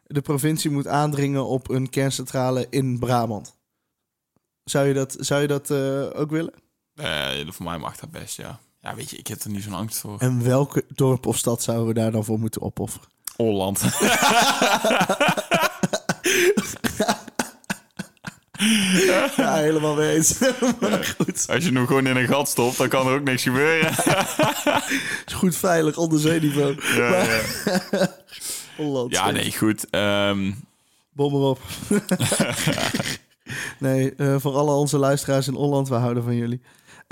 de provincie moet aandringen op een kerncentrale in Brabant. Zou je dat ook willen? Voor mij mag dat best, ja. Ja, weet je, ik heb er niet zo'n angst voor. En welke dorp of stad zouden we daar dan voor moeten opofferen? Holland. Ja, helemaal mee eens. Maar goed. Als je hem gewoon in een gat stopt, dan kan er ook niks gebeuren. Is goed veilig, onderzeeniveau. Ja. Holland. Ja, nee, goed. Bom erop. Nee, voor alle onze luisteraars in Holland, we houden van jullie.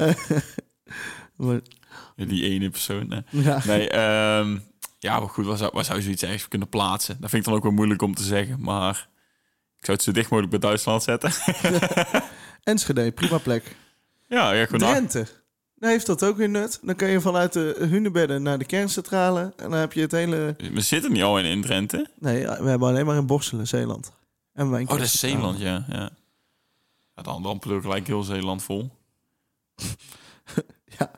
Maar, Die ene persoon, hè. ja. Nee, ja, maar goed, waar zou je zoiets ergens kunnen plaatsen? Dat vind ik dan ook wel moeilijk om te zeggen, maar ik zou het zo dicht mogelijk bij Duitsland zetten. Enschede, prima plek. Ja, gewoon Drenthe. Dan heeft dat ook weer nut. Dan kan je vanuit de hunebedden naar de kerncentrale. En dan heb je het hele... We zitten niet al in Drenthe? Nee, we hebben alleen maar in Borselen, Zeeland. En wij Dat is Zeeland, ja. Ja, dan pluk gelijk heel Zeeland vol. Ja.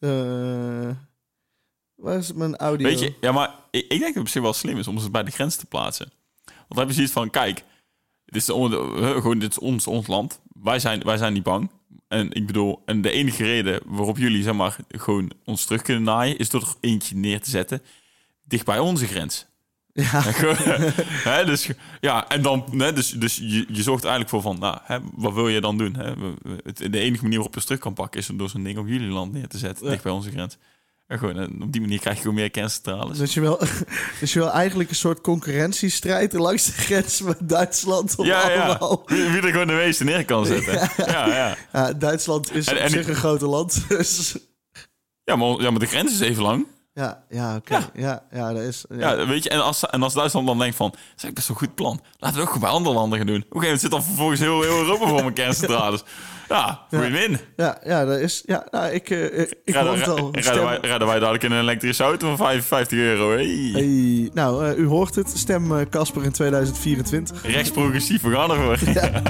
Waar is mijn audio? Weet je, ja, maar ik denk dat het misschien wel slim is om ze bij de grens te plaatsen. Want dan heb je zoiets van, kijk, dit is ons land. Wij zijn niet bang. En ik bedoel, en de enige reden waarop jullie, zeg maar, gewoon ons terug kunnen naaien, is door er eentje neer te zetten dicht bij onze grens. Ja. Hè, dus ja, en dan, hè, dus je zorgt er eigenlijk voor van, nou, hè, wat wil je dan doen? Hè? De enige manier waarop je ons terug kan pakken is door zo'n ding op jullie land neer te zetten, dicht bij onze grens. En gewoon, op die manier krijg je gewoon meer kerncentrales. Dus je wil eigenlijk een soort concurrentiestrijd langs de grens met Duitsland. Allemaal. Wie er gewoon de meeste neer kan zetten. Ja. Duitsland is op zich een grote land. Dus... Ja, maar de grens is even lang. Ja, oké. Ja, dat is... Ja, weet je, en als Duitsland dan denkt van, dat is eigenlijk best een goed plan. Laten we het ook gewoon bij andere landen gaan doen. Oké, het zit dan vervolgens heel Europa voor mijn kerncentrales. Ja, win-win. Ja, dat is... Ja, nou, ik hoor het al. Rijden wij dadelijk in een elektrische auto van €55. Hey. Nou, u hoort het. Stem Casper in 2024. Rechtsprogressief, we gaan ervoor. Ja.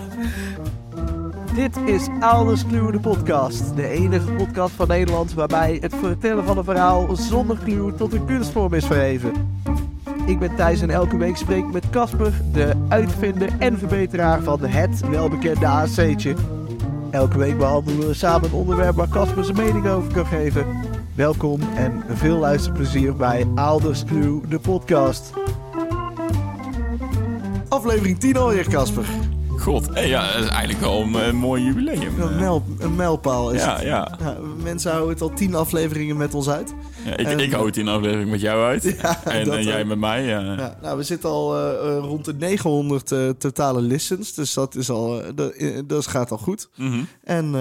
Dit is Ouders Kluwen, de podcast. De enige podcast van Nederland waarbij het vertellen van een verhaal zonder kluw tot een kunstvorm is verheven. Ik ben Thijs en elke week spreek ik met Casper, de uitvinder en verbeteraar van het welbekende AC'tje. Elke week behandelen we samen een onderwerp waar Casper zijn mening over kan geven. Welkom en veel luisterplezier bij Ouders Kluwen, de podcast. Aflevering 10 alweer, Casper. God, ja, dat is eigenlijk wel een mooi jubileum. Een mijlpaal is het. Ja. Mensen houden het al 10 afleveringen met ons uit. Ja, ik hou 10 afleveringen met jou uit. Ja, en jij met mij. Ja. Nou, we zitten al rond de 900 totale listens. Dus dat is al, dat gaat al goed. Mm-hmm. En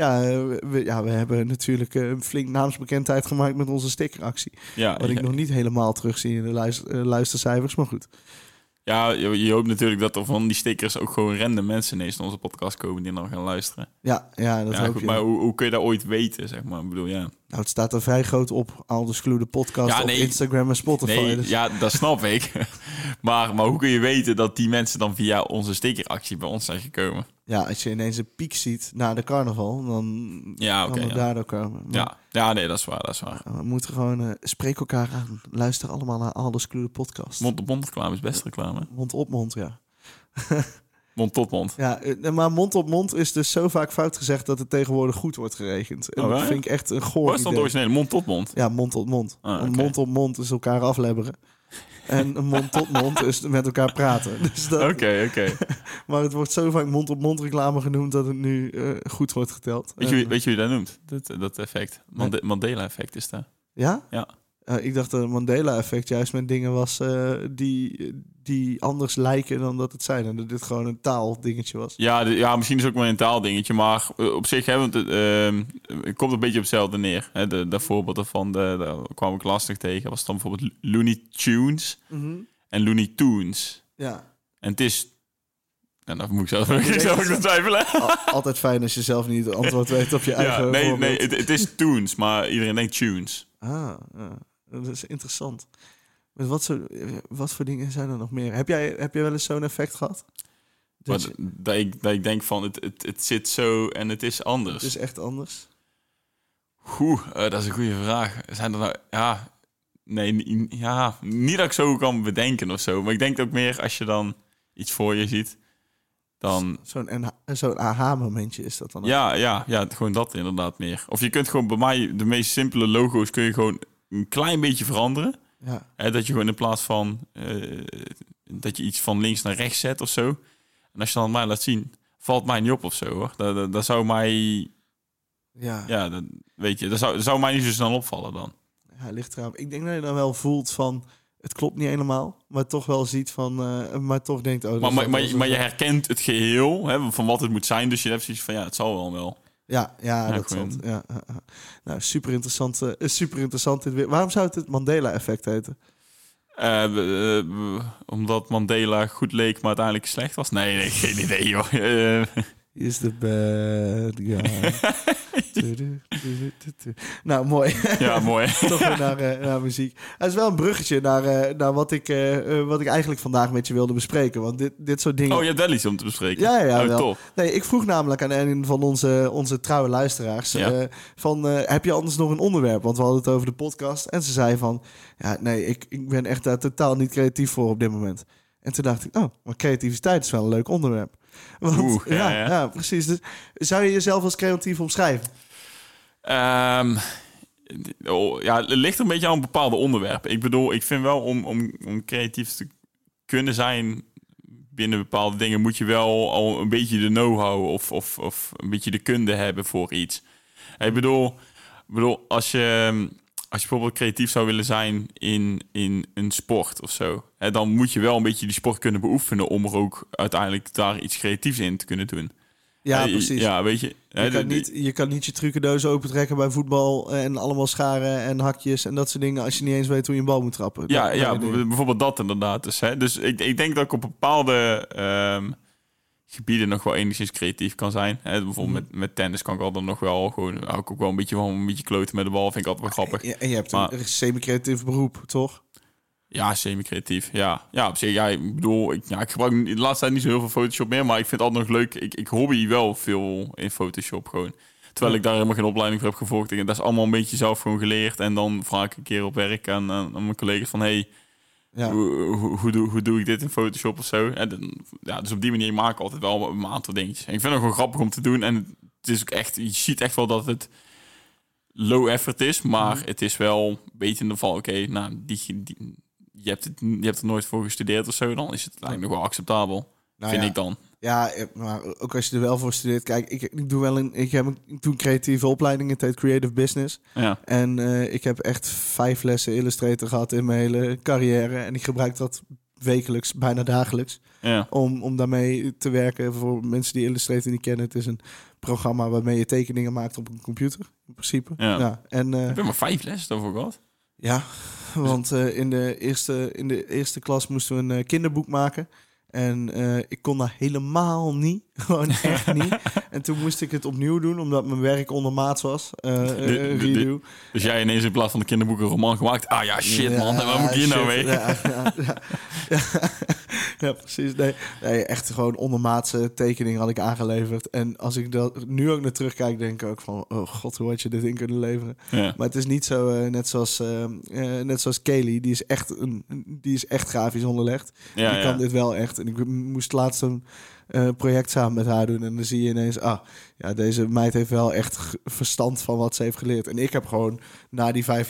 we hebben natuurlijk een flink naamsbekendheid gemaakt met onze stickeractie. Ja, wat ik nog niet helemaal terugzie in de luistercijfers, maar goed. Ja, je hoopt natuurlijk dat er van die stickers ook gewoon random mensen ineens naar onze podcast komen die dan gaan luisteren. Ja, dat hoop goed, je. Maar hoe kun je dat ooit weten, zeg maar? Ik bedoel, ja. Nou, het staat er vrij groot op. Alders Kluwe, de podcast op Instagram en Spotify. Nee, dus. ja, dat snap ik. maar hoe kun je weten dat die mensen dan via onze stickeractie bij ons zijn gekomen? Ja, als je ineens een piek ziet na de carnaval, dan kan het daardoor komen. Maar, nee, dat is waar. We moeten gewoon spreek elkaar aan. Luister allemaal naar Alders Kluwe, de podcast. Mond-op-mond reclame is best reclame. Mond op mond, ja. Mond tot mond. Ja, maar mond op mond is dus zo vaak fout gezegd dat het tegenwoordig goed wordt gerekend. En dat vind ik echt een goor idee. Wat is dan de originele? Mond tot mond? Ja, mond tot mond. Okay. Mond op mond is elkaar aflebberen. En een mond tot mond is met elkaar praten. Dus Oké. Maar het wordt zo vaak mond op mond reclame genoemd dat het nu goed wordt geteld. Weet je hoe je dat noemt? Dat effect. Mandela-effect is dat. Ja? Ja. Ik dacht dat het Mandela-effect juist met dingen was die anders lijken dan dat het zijn. En dat dit gewoon een taaldingetje was. Ja, misschien is het ook maar een taaldingetje. Maar op zich, het komt een beetje op hetzelfde neer. Hè, de voorbeelden van, daar kwam ik lastig tegen. Was dan bijvoorbeeld Looney Tunes en Looney Tunes. Ja. En het is... En dan moet ik zelf nog twijfelen. Altijd fijn als je zelf niet het antwoord weet op je eigen Nee, het is Tunes, maar iedereen denkt Tunes. Dat is interessant. Met wat voor dingen zijn er nog meer? Heb jij wel eens zo'n effect gehad? Dat ik denk van, het zit zo en het is anders. Het is echt anders? Dat is een goede vraag. Zijn er nou... Ja, Nee, niet dat ik zo kan bedenken of zo. Maar ik denk ook meer als je dan iets voor je ziet, dan... Zo'n aha-momentje is dat dan ook. Ja, gewoon dat inderdaad meer. Of je kunt gewoon bij mij, de meest simpele logo's kun je gewoon een klein beetje veranderen. Ja. Dat je gewoon in plaats van dat je iets van links naar rechts zet of zo. En als je dan mij laat zien, valt mij niet op of zo, hoor. Dat zou mij... Ja, dat, weet je, dat zou mij niet zo snel opvallen dan. Ja, ligt eraan. Ik denk dat je dan wel voelt van... Het klopt niet helemaal, maar toch wel ziet van... maar toch denkt... Oh, maar je herkent het geheel, hè, van wat het moet zijn. Dus je hebt zoiets van, ja, het zal wel. Ja, dat gewoon... zat. Ja. Nou, super interessant. Waarom zou het Mandela-effect heten? Omdat Mandela goed leek, maar uiteindelijk slecht was? Nee, geen idee, joh. Is the bad guy. Nou, mooi. Ja, mooi. Toch weer naar muziek. Het is wel een bruggetje naar wat ik eigenlijk vandaag met je wilde bespreken. Want dit soort dingen... Oh, je hebt wel iets om te bespreken? Ja, oh, wel. Top. Nee, ik vroeg namelijk aan een van onze trouwe luisteraars... heb je anders nog een onderwerp? Want we hadden het over de podcast. En ze zei van... Ja, nee, ik ben echt daar totaal niet creatief voor op dit moment. En toen dacht ik... Oh, maar creativiteit is wel een leuk onderwerp. Want, ja, precies. Dus, zou je jezelf als creatief omschrijven? Het ligt een beetje aan bepaalde onderwerpen. Ik bedoel, ik vind wel om creatief te kunnen zijn binnen bepaalde dingen... moet je wel al een beetje de know-how of een beetje de kunde hebben voor iets. Ik bedoel als je bijvoorbeeld creatief zou willen zijn in een sport of zo... Hè, dan moet je wel een beetje die sport kunnen beoefenen... om er ook uiteindelijk daar iets creatiefs in te kunnen doen. Ja, precies. Ja, weet je... Je kan niet je trucendoos opentrekken bij voetbal... en allemaal scharen en hakjes en dat soort dingen... als je niet eens weet hoe je een bal moet trappen. Bijvoorbeeld dat inderdaad. Dus ik denk dat ik op bepaalde gebieden nog wel enigszins creatief kan zijn. Hè, bijvoorbeeld met tennis kan ik altijd nog wel... gewoon ook wel een beetje kloten met de bal. Vind ik altijd wel grappig. En je hebt een semi-creatief beroep, toch? Ja, semi-creatief. Ja, op zich. Ja, ik bedoel, ik gebruik de laatste tijd niet zo heel veel Photoshop meer, maar ik vind het altijd nog leuk. Ik hobby wel veel in Photoshop gewoon. Terwijl ik daar helemaal geen opleiding voor heb gevolgd. Dat is allemaal een beetje zelf gewoon geleerd. En dan vraag ik een keer op werk aan mijn collega's van... Hey, hoe doe ik dit in Photoshop of zo? En dus op die manier maak ik altijd wel een aantal dingetjes. En ik vind het gewoon grappig om te doen. En het is ook echt... Je ziet echt wel dat het low effort is, maar het is wel een beetje in de val... Oké, nou, je hebt er nooit voor gestudeerd of zo, dan is het eigenlijk nog wel acceptabel, vind ik dan. Ja, maar ook als je er wel voor studeert... Kijk, ik doe een creatieve opleiding. Het heet Creative Business. Ja. En ik heb echt 5 lessen Illustrator gehad in mijn hele carrière. En ik gebruik dat wekelijks, bijna dagelijks. Ja. Om daarmee te werken. Voor mensen die Illustrator niet kennen. Het is een programma waarmee je tekeningen maakt op een computer. In principe. Ja. En, heb je maar 5 lessen daarvoor gehad? Ja, want in de eerste klas moesten we een kinderboek maken. En ik kon dat helemaal niet. Gewoon echt niet. En toen moest ik het opnieuw doen, omdat mijn werk ondermaats was. Redo. Dus jij ineens in plaats van de kinderboek een roman gemaakt? Ah ja, shit man, waar moet ik hier nou mee? Ja, precies. Nee, echt gewoon ondermaatse tekeningen had ik aangeleverd. En als ik dat nu ook naar terugkijk, denk ik ook van... Oh god, hoe had je dit in kunnen leveren? Ja. Maar het is niet zo, net zoals Kaylee, die is echt grafisch onderlegd. Die kan dit wel echt. En ik moest laatst een project samen met haar doen. En dan zie je ineens... deze meid heeft wel echt verstand van wat ze heeft geleerd. En ik heb gewoon na die 5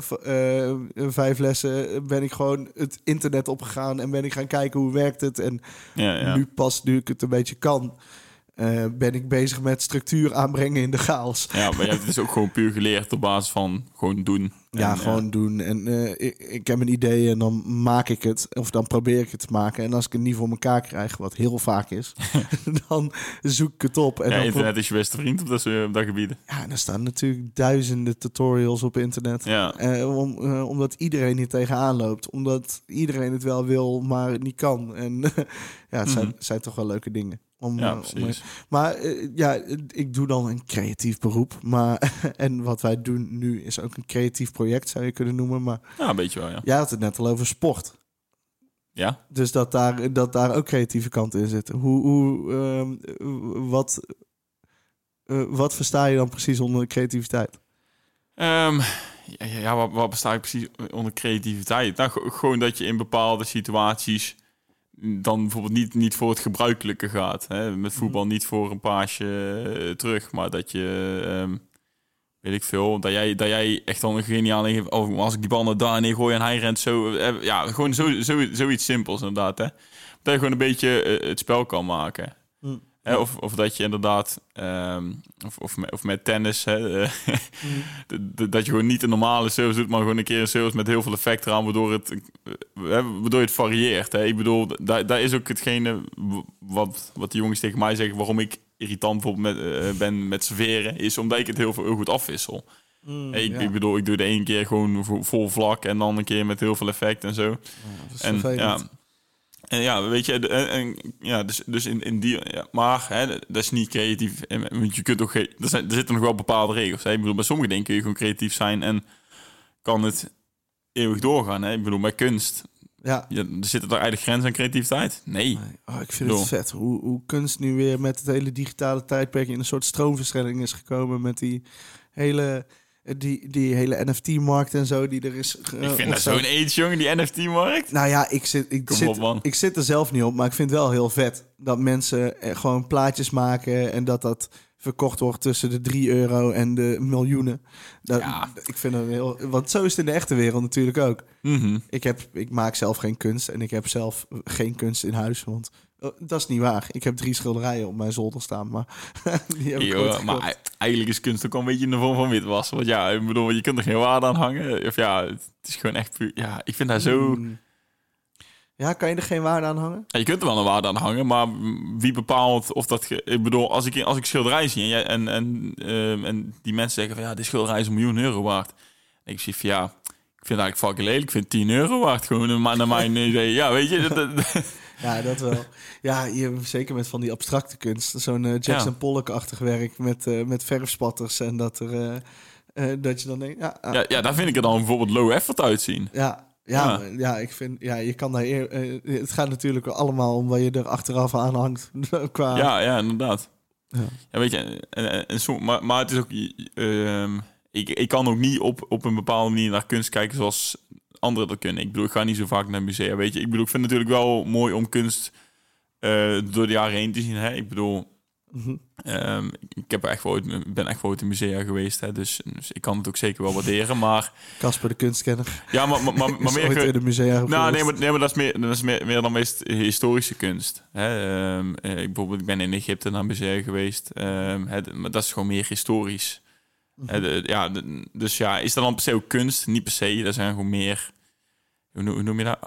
lessen ben ik gewoon het internet opgegaan en ben ik gaan kijken hoe werkt het. En nu ik het een beetje kan, ben ik bezig met structuur aanbrengen in de chaos. Ja, maar je hebt het dus ook gewoon puur geleerd op basis van gewoon doen. Doen. En ik heb een idee en dan maak ik het. Of dan probeer ik het te maken. En als ik het niet voor elkaar krijg, wat heel vaak is, dan zoek ik het op. En dan internet is je beste vriend op dat gebied. Ja, en er staan natuurlijk duizenden tutorials op internet. Ja. Omdat iedereen hier tegenaan loopt. Omdat iedereen het wel wil, maar het niet kan. En het zijn toch wel leuke dingen. Ik doe dan een creatief beroep. En wat wij doen nu is ook een creatief project, zou je kunnen noemen. Maar ja, een beetje wel, ja. Jij had het net al over sport. Ja. Dus dat daar ook creatieve kanten in zitten. Wat versta je dan precies onder creativiteit? Wat bestaat ik precies onder creativiteit? Nou, gewoon dat je in bepaalde situaties dan bijvoorbeeld niet voor het gebruikelijke gaat. Hè? Met voetbal niet voor een paasje terug, maar dat je, weet ik veel, dat jij echt dan een geniaal... als ik die bal naar daar neer gooi en hij rent zo... gewoon zoiets simpels inderdaad. Hè? Dat je gewoon een beetje het spel kan maken. Of dat je inderdaad... Of met tennis... dat je gewoon niet een normale service doet... maar gewoon een keer een service met heel veel effect eraan... waardoor je het varieert. Hè? Ik bedoel, daar is ook hetgene... wat de jongens tegen mij zeggen... waarom ik irritant bijvoorbeeld ben met serveren... is omdat ik het heel goed afwissel. Ik bedoel, ik doe de ene keer gewoon vol vlak... en dan een keer met heel veel effect en zo. En ja, weet je, dus in die... Ja, maar dat is niet creatief. Want je kunt ook... Er zitten nog wel bepaalde regels. Hè? Ik bedoel, bij sommige dingen kun je gewoon creatief zijn... en kan het eeuwig doorgaan. Hè? Ik bedoel, bij kunst... Ja. Er zitten daar eigenlijk grenzen aan creativiteit? Nee. Ik vind het vet. Hoe kunst nu weer met het hele digitale tijdperk... in een soort stroomversnelling is gekomen... met die hele... Die hele NFT-markt en zo die er is. Ik vind dat zo'n age, jongen, die NFT-markt. Nou ja, ik zit er zelf niet op, maar ik vind het wel heel vet dat mensen gewoon plaatjes maken en dat verkocht wordt tussen de €3 en de miljoenen. Ik vind het heel... Want zo is het in de echte wereld natuurlijk ook. Mm-hmm. Ik maak zelf geen kunst en ik heb zelf geen kunst in huis, want... dat is niet waar. Ik heb 3 schilderijen op mijn zolder staan, maar die heb ik maar eigenlijk is kunst ook al een beetje in de vorm van witwassen. Want ja, ik bedoel, je kunt er geen waarde aan hangen. Of ja, het is gewoon echt puur... Ja, ik vind dat zo... Ja, kan je er geen waarde aan hangen? Ja, je kunt er wel een waarde aan hangen, maar wie bepaalt of dat... Ik bedoel, als ik schilderij zie en die mensen zeggen van... Ja, dit schilderij is €1 miljoen waard. En ik zie van ja... Ik vind het eigenlijk fucking lelijk. Ik vind €10 waard. Gewoon naar mijn idee. Ja, weet je... Ja, dat wel. Ja, zeker met van die abstracte kunst. Zo'n Jackson Pollock-achtig werk met verfspatters. En dat je dan denkt... Ja, daar vind ik er dan bijvoorbeeld low effort uitzien. Ja, ik vind... Ja, je kan daar... het gaat natuurlijk allemaal om wat je er achteraf aan hangt. Ja, inderdaad. Ja, weet je... Maar het is ook... Ik kan ook niet op een bepaalde manier naar kunst kijken zoals... anderen dat kunnen. Ik bedoel, ik ga niet zo vaak naar musea, weet je. Ik bedoel, ik vind het natuurlijk wel mooi om kunst door de jaren heen te zien. Hè? Ik bedoel, ik ben echt wel ooit in musea geweest, hè? Dus ik kan het ook zeker wel waarderen, maar... Casper de kunstkenner. Ja, maar meer... in de musea maar dat is meer dan meest historische kunst. Hè? Ik ben in Egypte naar musea geweest. Maar dat is gewoon meer historisch. Dus ja, is dat dan per se ook kunst? Niet per se, dat zijn gewoon meer... Hoe noem je dat?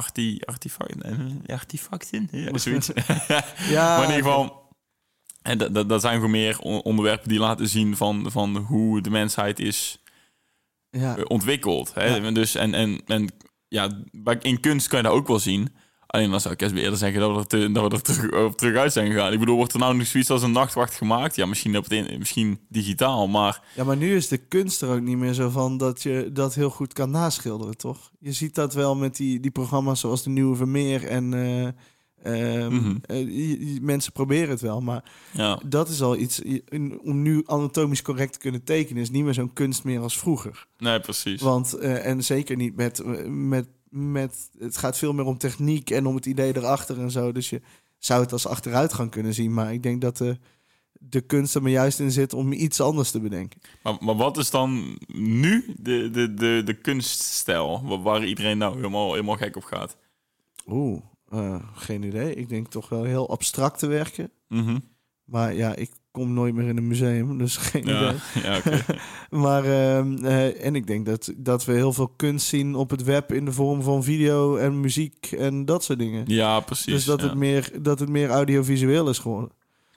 Artefacten? Ja, zoiets. Ja, maar in ieder geval... Dat zijn gewoon meer onderwerpen die laten zien van hoe de mensheid is ontwikkeld. Hè? Ja. Dus, en in kunst kan je dat ook wel zien... Alleen dan zou ik eerst eerder zeggen dat we er terug uit zijn gegaan. Ik bedoel, wordt er nou nog zoiets als een nachtwacht gemaakt? Ja, misschien digitaal, maar... Ja, maar nu is de kunst er ook niet meer zo van dat je dat heel goed kan naschilderen, toch? Je ziet dat wel met die programma's zoals de Nieuwe Vermeer en... mensen proberen het wel, maar dat is al iets... Om nu anatomisch correct te kunnen tekenen... is niet meer zo'n kunst meer als vroeger. Nee, precies. Want, en zeker niet met het gaat veel meer om techniek en om het idee erachter en zo. Dus je zou het als achteruitgang kunnen zien. Maar ik denk dat de kunst er maar juist in zit om iets anders te bedenken. Maar wat is dan nu de kunststijl waar iedereen nou helemaal gek op gaat? Geen idee. Ik denk toch wel heel abstracte werken. Mm-hmm. Maar ja, ik kom nooit meer in een museum, dus geen idee. Ja, okay. Maar en ik denk dat we heel veel kunst zien op het web in de vorm van video en muziek en dat soort dingen. Ja, precies. Dus dat het meer audiovisueel is geworden.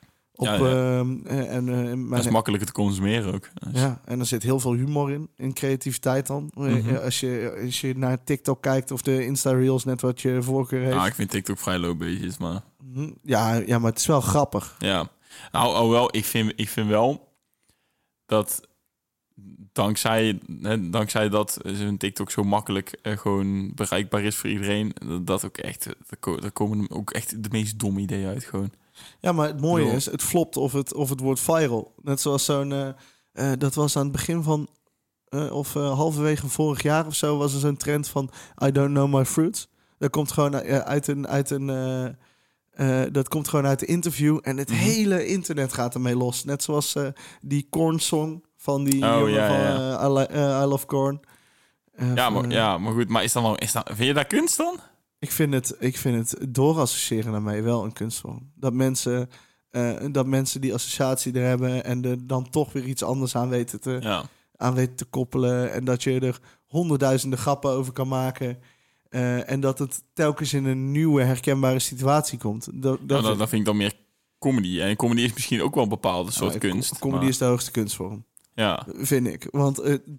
Dat is makkelijker te consumeren ook. Ja, en er zit heel veel humor in creativiteit dan. Mm-hmm. Als je naar TikTok kijkt of de Insta-reels, net wat je voorkeur heeft. Ik vind TikTok vrij low beetjes, maar... Ja, maar het is wel grappig. Ja, nou, ik vind wel dat dankzij dat zo'n TikTok zo makkelijk gewoon bereikbaar is voor iedereen, dat ook echt, er komen ook echt de meest domme ideeën uit gewoon. Ja, maar het mooie is, het flopt of het wordt viral. Net zoals dat was aan het begin van of halverwege vorig jaar of zo was er zo'n trend van I don't know my fruits. Dat komt gewoon dat komt gewoon uit de interview en het hele internet gaat ermee los. Net zoals die Korn song van die jongen van I Love Korn. Maar goed, maar vind je dat kunst dan? Ik vind het doorassociëren daarmee wel een kunstvorm. Dat mensen die associatie er hebben en er dan toch weer iets anders aan weten te koppelen. En dat je er honderdduizenden grappen over kan maken. En dat het telkens in een nieuwe herkenbare situatie komt. Dat vind ik dan meer comedy. En comedy is misschien ook wel een bepaalde soort kunst. Comedy is de hoogste kunstvorm. Ja. Vind ik. Want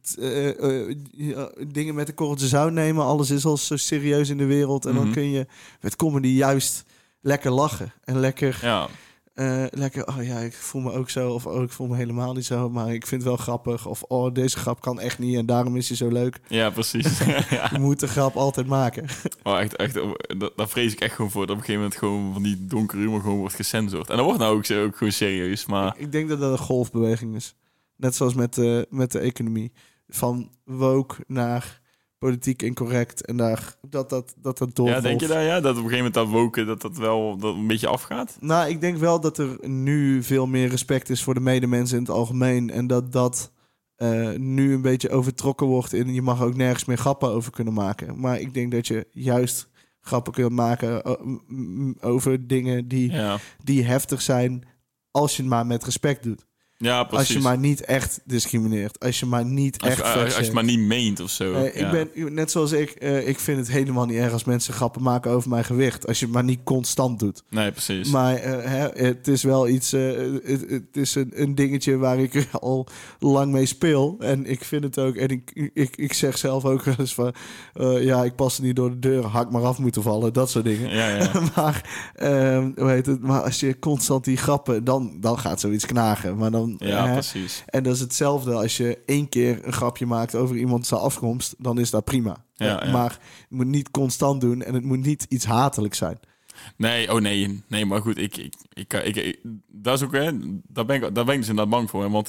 dingen met een korreltje zout nemen, alles is al zo serieus in de wereld. En dan kun je met comedy juist lekker lachen. En lekker, ik voel me ook zo. Of ik voel me helemaal niet zo. Maar ik vind het wel grappig. Of deze grap kan echt niet en daarom is hij zo leuk. Ja, precies. Je moet de grap altijd maken. Oh, echt, daar vrees ik echt gewoon voor. Dat op een gegeven moment gewoon van die donkere humor gewoon wordt gecensord. En dat wordt nou ook gewoon serieus. Maar Ik denk dat dat een golfbeweging is. Net zoals met de economie. Van woke naar politiek incorrect. En dat doorvolgt. Ja, denk je daar? Ja? Dat op een gegeven moment dat woke dat een beetje afgaat? Nou, ik denk wel dat er nu veel meer respect is voor de medemensen in het algemeen. En dat nu een beetje overtrokken wordt. En je mag ook nergens meer grappen over kunnen maken. Maar ik denk dat je juist grappen kunt maken over dingen die heftig zijn. Als je het maar met respect doet. Ja, precies. Als je maar niet echt discrimineert. Als je maar niet als je het maar niet meent of zo. Ik ben net zoals ik vind het helemaal niet erg als mensen grappen maken over mijn gewicht. Als je het maar niet constant doet. Nee, precies. Maar het is wel iets... het is een dingetje waar ik al lang mee speel. En ik vind het ook... En ik zeg zelf ook wel eens van... ik pas er niet door de deur. Had ik maar af moeten vallen. Dat soort dingen. Ja. Maar, maar als je constant die grappen... Dan gaat zoiets knagen. Maar dan... precies. En dat is hetzelfde als je 1 keer een grapje maakt over iemand zijn afkomst, dan is dat prima. Maar je moet niet constant doen en het moet niet iets hatelijks zijn. Nee, maar goed, ik dat is ook, daar ben ik dus inderdaad bang voor. Hè, want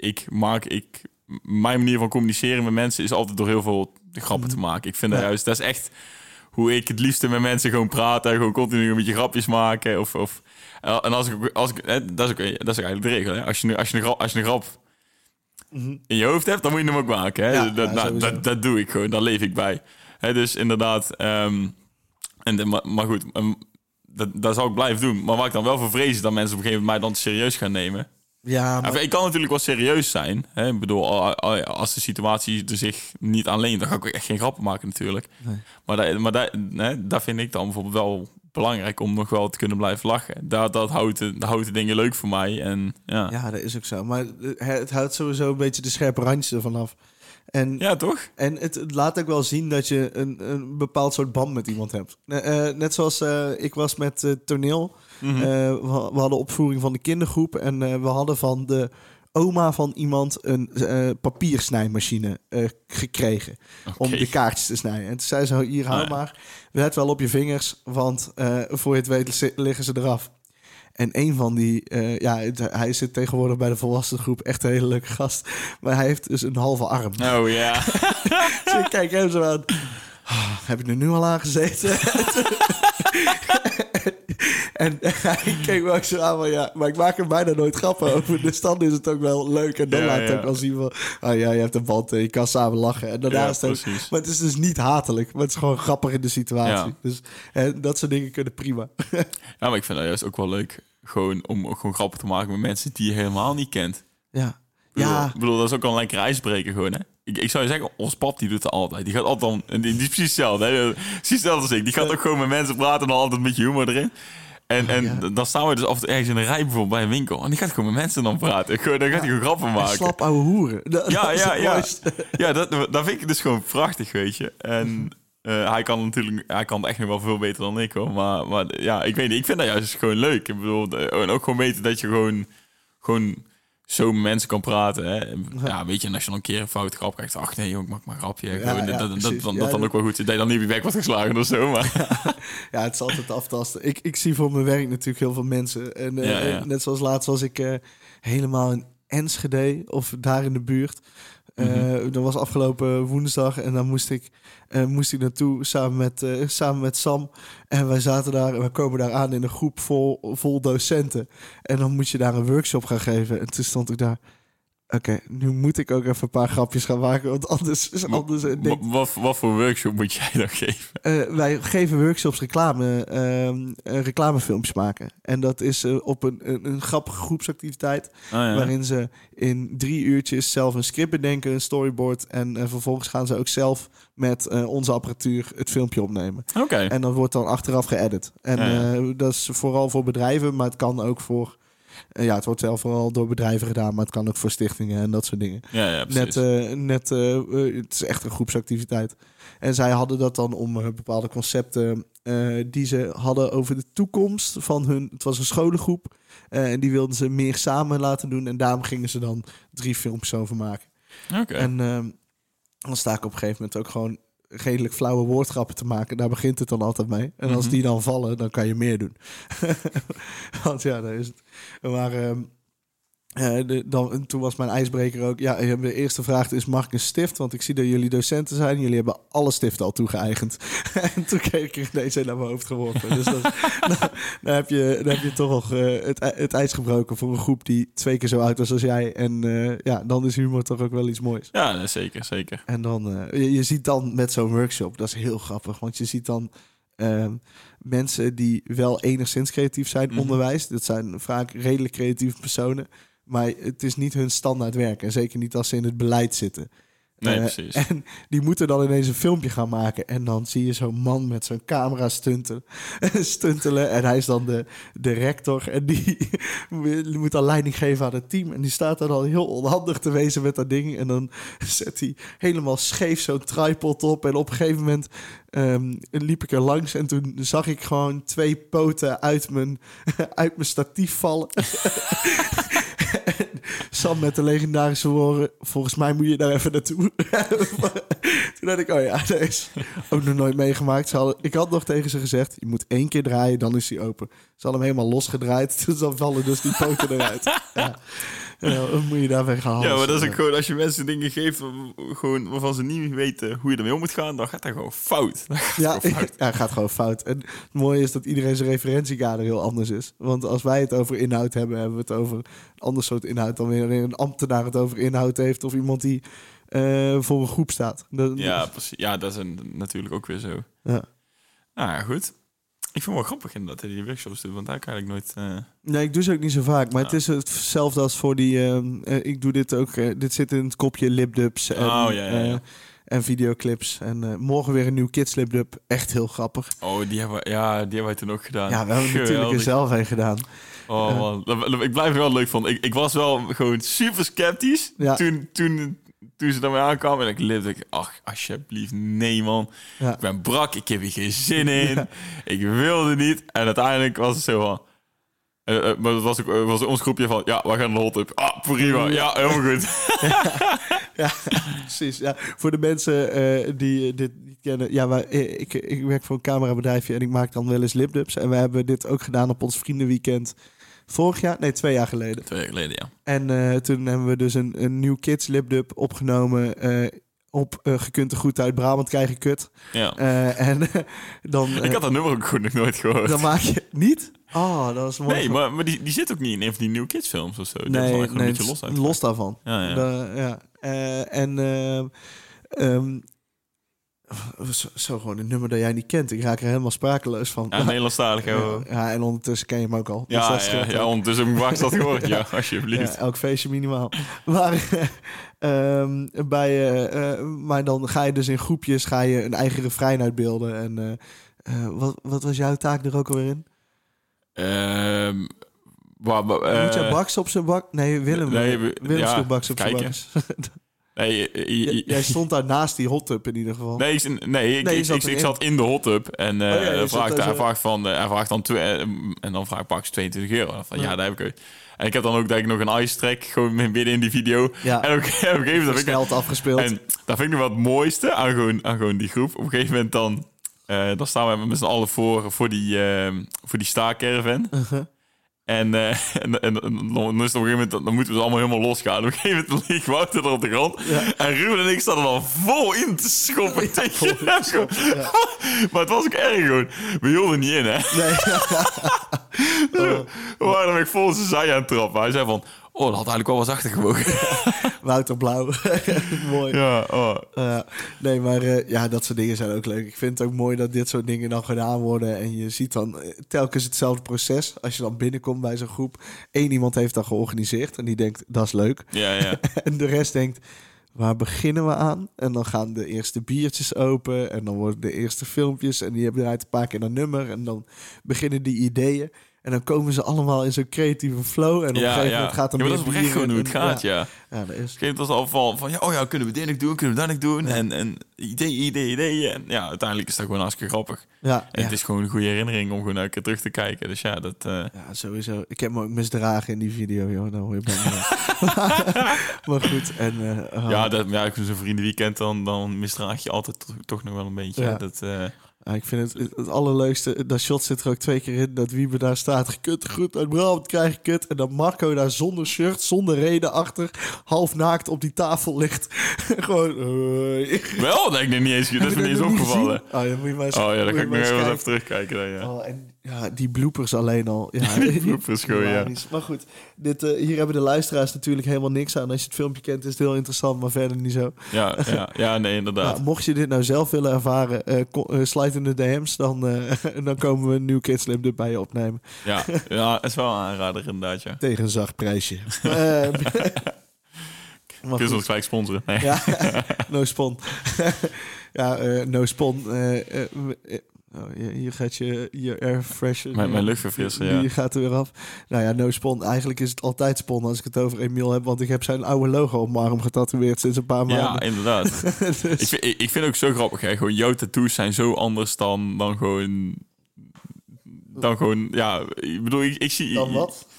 mijn manier van communiceren met mensen is altijd door heel veel grappen te maken. Ik vind dat juist, dat is echt hoe ik het liefste met mensen gewoon praat en gewoon continu een beetje grapjes maken. En als ik dat is eigenlijk de regel. Hè? Als je een grap in je hoofd hebt, dan moet je hem ook maken. Hè? Dat doe ik gewoon, daar leef ik bij. Hè, dus inderdaad, maar goed, dat zou ik blijven doen. Maar waar ik dan wel voor vrees is dat mensen op een gegeven moment mij dan serieus gaan nemen. Ja, maar... Ik kan natuurlijk wel serieus zijn. Hè? Ik bedoel, als de situatie er zich niet aan leent, dan ga ik ook echt geen grappen maken natuurlijk. Nee. Maar dat vind ik dan bijvoorbeeld wel belangrijk om nog wel te kunnen blijven lachen. Dat houdt de dingen leuk voor mij. En, ja, dat is ook zo. Maar het houdt sowieso een beetje de scherpe randjes ervan af. En, ja, toch? En het laat ook wel zien dat je een bepaald soort band met iemand hebt. Net zoals ik was met toneel. Mm-hmm. We hadden opvoering van de kindergroep. En we hadden van de oma van iemand een papiersnijmachine gekregen. Okay. Om de kaartjes te snijden. En toen zei ze, hier, hou maar. Let wel op je vingers, want voor je het weet liggen ze eraf. En een van die... hij zit tegenwoordig bij de volwassenengroep. Echt een hele leuke gast. Maar hij heeft dus een halve arm. Oh ja. Dus ik kijk hem zo aan. Heb ik er nu al aan gezeten? En hij keek me ook zo aan van maar ik maak er bijna nooit grappen over. Dus dan is het ook wel leuk. En dan laat het ook wel zien van... je hebt een band en je kan samen lachen. En daarna is het ook, maar het is dus niet hatelijk. Maar het is gewoon grappig in de situatie. Ja. Dus dat soort dingen kunnen prima. Maar ik vind dat juist ook wel leuk. Om grappen te maken met mensen die je helemaal niet kent. Ja. Ik bedoel, dat is ook al een lekkere ijsbreker gewoon, hè? Ik zou je zeggen, ons pap die doet het altijd. Die gaat altijd dan... Die is precies hetzelfde, hè? Precies hetzelfde als ik. Die gaat ook gewoon met mensen praten en dan altijd een beetje humor erin. En dan staan we dus af en toe ergens in een rij bijvoorbeeld bij een winkel. En die gaat gewoon met mensen dan praten. Dan gaat hij gewoon grappen maken. Slap ouwe hoeren. Ja, dat vind ik dus gewoon prachtig, weet je. En hij kan echt nog wel veel beter dan ik, hoor. Maar ja, ik weet niet. Ik vind dat juist gewoon leuk. Ik bedoel, en ook gewoon weten dat je gewoon zo met mensen kan praten. Hè. Ja, weet je, en als je dan een keer een foute grap krijgt, ach nee, joh, ik maak maar een grapje. Dat dan ook wel goed. Dat je dan niet op je bek wordt geslagen of zo. Maar. Ja, het is altijd aftasten. Ik zie voor mijn werk natuurlijk heel veel mensen. En net zoals laatst was ik helemaal in Enschede of daar in de buurt. Dat was afgelopen woensdag en dan moest ik naartoe samen met Sam. En wij zaten daar en we komen daar aan in een groep vol docenten. En dan moet je daar een workshop gaan geven. En toen stond ik daar... Oké, nu moet ik ook even een paar grapjes gaan maken, want anders is anders. Wat voor workshop moet jij dan geven? Wij geven workshops reclamefilmpjes maken. En dat is op een grappige groepsactiviteit, waarin ze in 3 uurtjes zelf een script bedenken, een storyboard, en vervolgens gaan ze ook zelf met onze apparatuur het filmpje opnemen. Okay. En dat wordt dan achteraf geëdit. En dat is vooral voor bedrijven, maar het kan ook voor... het wordt zelf vooral door bedrijven gedaan, maar het kan ook voor stichtingen en dat soort dingen. Ja, precies. Het is echt een groepsactiviteit. En zij hadden dat dan om bepaalde concepten die ze hadden over de toekomst van hun... Het was een scholengroep en die wilden ze meer samen laten doen. En daarom gingen ze dan 3 filmpjes over maken. Okay. En dan sta ik op een gegeven moment ook gewoon... redelijk flauwe woordgrappen te maken. Daar begint het dan altijd mee. En als die dan vallen, dan kan je meer doen. Want ja, daar is het. Maar toen was mijn ijsbreker ook... Ja, de eerste vraag is, mag ik een stift? Want ik zie dat jullie docenten zijn. Jullie hebben alle stiften al toegeëigend. En toen kreeg ik deze naar mijn hoofd geworpen. Dus dan heb je toch nog het ijs gebroken voor een groep die 2 keer zo oud was als jij. En dan is humor toch ook wel iets moois. Ja, zeker. En dan, je ziet dan met zo'n workshop, dat is heel grappig. Want je ziet dan mensen die wel enigszins creatief zijn, onderwijs. Dat zijn vaak redelijk creatieve personen. Maar het is niet hun standaard werk. En zeker niet als ze in het beleid zitten. Nee, precies. En die moeten dan ineens een filmpje gaan maken. En dan zie je zo'n man met zo'n camera stuntelen. En hij is dan de rector. En die moet dan leiding geven aan het team. En die staat dan al heel onhandig te wezen met dat ding. En dan zet hij helemaal scheef zo'n tripod op. En op een gegeven moment liep ik er langs. En toen zag ik gewoon 2 poten uit mijn statief vallen. Sam met de legendarische woorden... Volgens mij moet je daar even naartoe. Toen dacht ik, dat is ook nog nooit meegemaakt. Ik had nog tegen ze gezegd... je moet 1 keer draaien, dan is hij open. Ze hadden hem helemaal losgedraaid. Dus dan vallen dus die poten eruit. Dan moet je daarmee gaan halen. Ja, maar dat is ook gewoon... als je mensen dingen geeft gewoon waarvan ze niet weten hoe je ermee om moet gaan... dan gaat dat gewoon fout. Het gaat gewoon fout. En het mooie is dat iedereen zijn referentiekader heel anders is. Want als wij het over inhoud hebben... hebben we het over een ander soort inhoud... dan wanneer een ambtenaar het over inhoud heeft... of iemand die voor een groep staat. Precies. Ja, dat is natuurlijk ook weer zo. Ja. Nou ja, goed. Ik vind het wel grappig inderdaad dat hij die workshops doet, want daar kan ik nooit... Nee, ik doe ze ook niet zo vaak, maar het is hetzelfde als voor die... ik doe dit ook... dit zit in het kopje lipdubs en videoclips. En morgen weer een nieuw Kids lipdub. Echt heel grappig. Oh, die hebben wij toen ook gedaan. Ja, we hebben natuurlijk er zelf heen gedaan. Oh man, ik blijf het wel leuk van. Ik was wel gewoon super sceptisch toen ze daarmee aankwamen. En ik lipte, ach, alsjeblieft, nee man. Ja. Ik ben brak, ik heb hier geen zin in. Ja. Ik wilde niet. En uiteindelijk was het zo van... maar het was ons groepje van... Ja, we gaan de hot up. Ah, prima. Ja, helemaal goed. Ja, precies. Ja. Voor de mensen die dit niet kennen... Ja, ik werk voor een camerabedrijfje... en ik maak dan wel eens lipdubs. En we hebben dit ook gedaan op ons vriendenweekend... Vorig jaar? Nee, 2 jaar geleden. 2 jaar geleden, ja. En toen hebben we dus een nieuw Kids lipdub opgenomen... op Je kunt er goed uit Brabant krijgen kut. Ja. Dan, ik had dat nummer ook goed nog nooit gehoord. Dan maak je... Niet? Oh, dat is mooi. Nee, maar die zit ook niet in een van die New Kids films of zo. Nee, een beetje los uit. Los daarvan. Ja. Zo gewoon een nummer dat jij niet kent. Ik raak er helemaal sprakeloos van. Ja, Nederlandstalig. Ja, en ondertussen ken je hem ook al. Ja, dus ondertussen heb ik wacht dat gehoord. Ja, alsjeblieft. Ja, elk feestje minimaal. Maar dan ga je dus in groepjes een eigen refrein uitbeelden. En wat was jouw taak er ook alweer in? Moet je Baks op zijn bak? Nee, Willem sloeg Baks op zijn bak. Nee, jij stond daar naast die hot tub in ieder geval. Ik zat in de hot tub en hij vraagt dan en dan vraagt Baks €22. Van ja, daar heb ik het. En ik heb dan ook nog een ice track gewoon midden in die video. Ja. En op een gegeven moment heb ik afgespeeld. En dat vind ik nog wat het mooiste aan gewoon die groep. Op een gegeven moment dan staan we met z'n allen voor die staakcaravan. En dan is het op een gegeven moment, dan moeten we allemaal helemaal losgaan. Op een gegeven moment ligt Wouter er op de grond. Ja. En Ruben en ik staan er al vol in te schoppen. Ja. Maar het was ook erg gewoon. We hielden niet in, hè? Nee. We waren er vol zijn zij aan het trappen. Hij zei van... Oh, dat had eigenlijk wel wat zachter gewogen. Wouter Blauw. Mooi. Ja, nee, maar dat soort dingen zijn ook leuk. Ik vind het ook mooi dat dit soort dingen dan gedaan worden. En je ziet dan telkens hetzelfde proces. Als je dan binnenkomt bij zo'n groep. 1 iemand heeft dat georganiseerd. En die denkt, dat is leuk. Ja. En de rest denkt, waar beginnen we aan? En dan gaan de eerste biertjes open. En dan worden de eerste filmpjes. En die hebben eruit een paar keer een nummer. En dan beginnen die ideeën. En dan komen ze allemaal in zo'n creatieve flow. En op een gegeven moment gaat er maar dat is oprecht gewoon hoe het gaat, ja. Ja, dat is. Het was al van, kunnen we dit nog doen? Kunnen we dat nog doen? Ja. En ideeën. En ja, uiteindelijk is dat gewoon hartstikke grappig. Ja, en het is gewoon een goede herinnering om gewoon elke keer terug te kijken. Dus ja, dat... Ja, sowieso. Ik heb me ook misdragen in die video, joh. Dan hoor je bij maar goed. En, ik zo'n vriendenweekend, dan misdraag je altijd toch nog wel een beetje. Ja. Dat... Ja, ik vind het allerleukste, dat shot zit er ook 2 keer in, dat Wiebe daar staat, gekut, goed, uit Brabant krijg je kut. En dan Marco daar zonder shirt, zonder reden achter, half naakt op die tafel ligt. Gewoon... Wel, dat heb ik niet eens, dat is me niet eens opgevallen. Oh, ja, moet je maar eens, dan ga ik nog even terugkijken. Dan, ja. Oh, en ja, die bloopers alleen al. Ja, die bloopers gewoon, ja. Maar goed, hier hebben de luisteraars natuurlijk helemaal niks aan. Als je het filmpje kent is het heel interessant, maar verder niet zo. Ja, nee, inderdaad. Nou, mocht je dit nou zelf willen ervaren, slide in de DM's, dan komen we een nieuw Kidslim erbij je opnemen. Ja, is wel een aanrader inderdaad, ja. Tegen een zacht prijsje. Kun je ons gelijk sponsoren? Nee. Ja, no spon. No spon. Hier gaat je airfresher. Mijn luchtverfrisser, ja. Die gaat er weer af. Nou ja, no spon. Eigenlijk is het altijd spon als ik het over Emiel heb. Want ik heb zijn oude logo op mijn arm getatoeëerd sinds een paar maanden. Ja, inderdaad. Dus. Ik vind het ook zo grappig. Hè? Gewoon jouw tattoos zijn zo anders dan gewoon... Ja, ik bedoel, ik zie... Dan wat?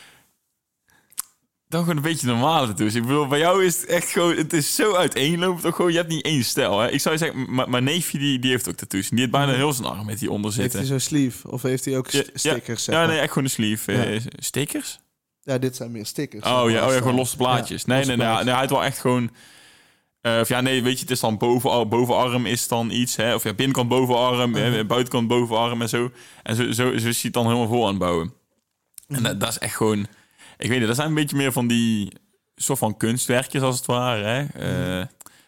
Dan gewoon een beetje normale tattoos. Ik bedoel, bij jou is het echt gewoon... Het is zo uiteenlopend. Ook gewoon, je hebt niet één stijl. Hè? Ik zou je zeggen, mijn neefje die heeft ook tattoos. Die heeft bijna heel zijn arm met die onder zitten. Heeft hij zo'n sleeve? Of heeft hij ook stickers? Ja, nee, echt gewoon een sleeve. Stickers? Ja, dit zijn meer stickers. Oh ja, gewoon losse plaatjes. Nee, hij heeft wel echt gewoon... weet je, het is dan bovenarm is dan iets. Hè? Of ja, binnenkant bovenarm, buitenkant bovenarm en zo. En zo is hij het dan helemaal voor aan het bouwen. En dat is echt gewoon... Ik weet niet, dat zijn een beetje meer van die soort van kunstwerkjes als het ware. Hè?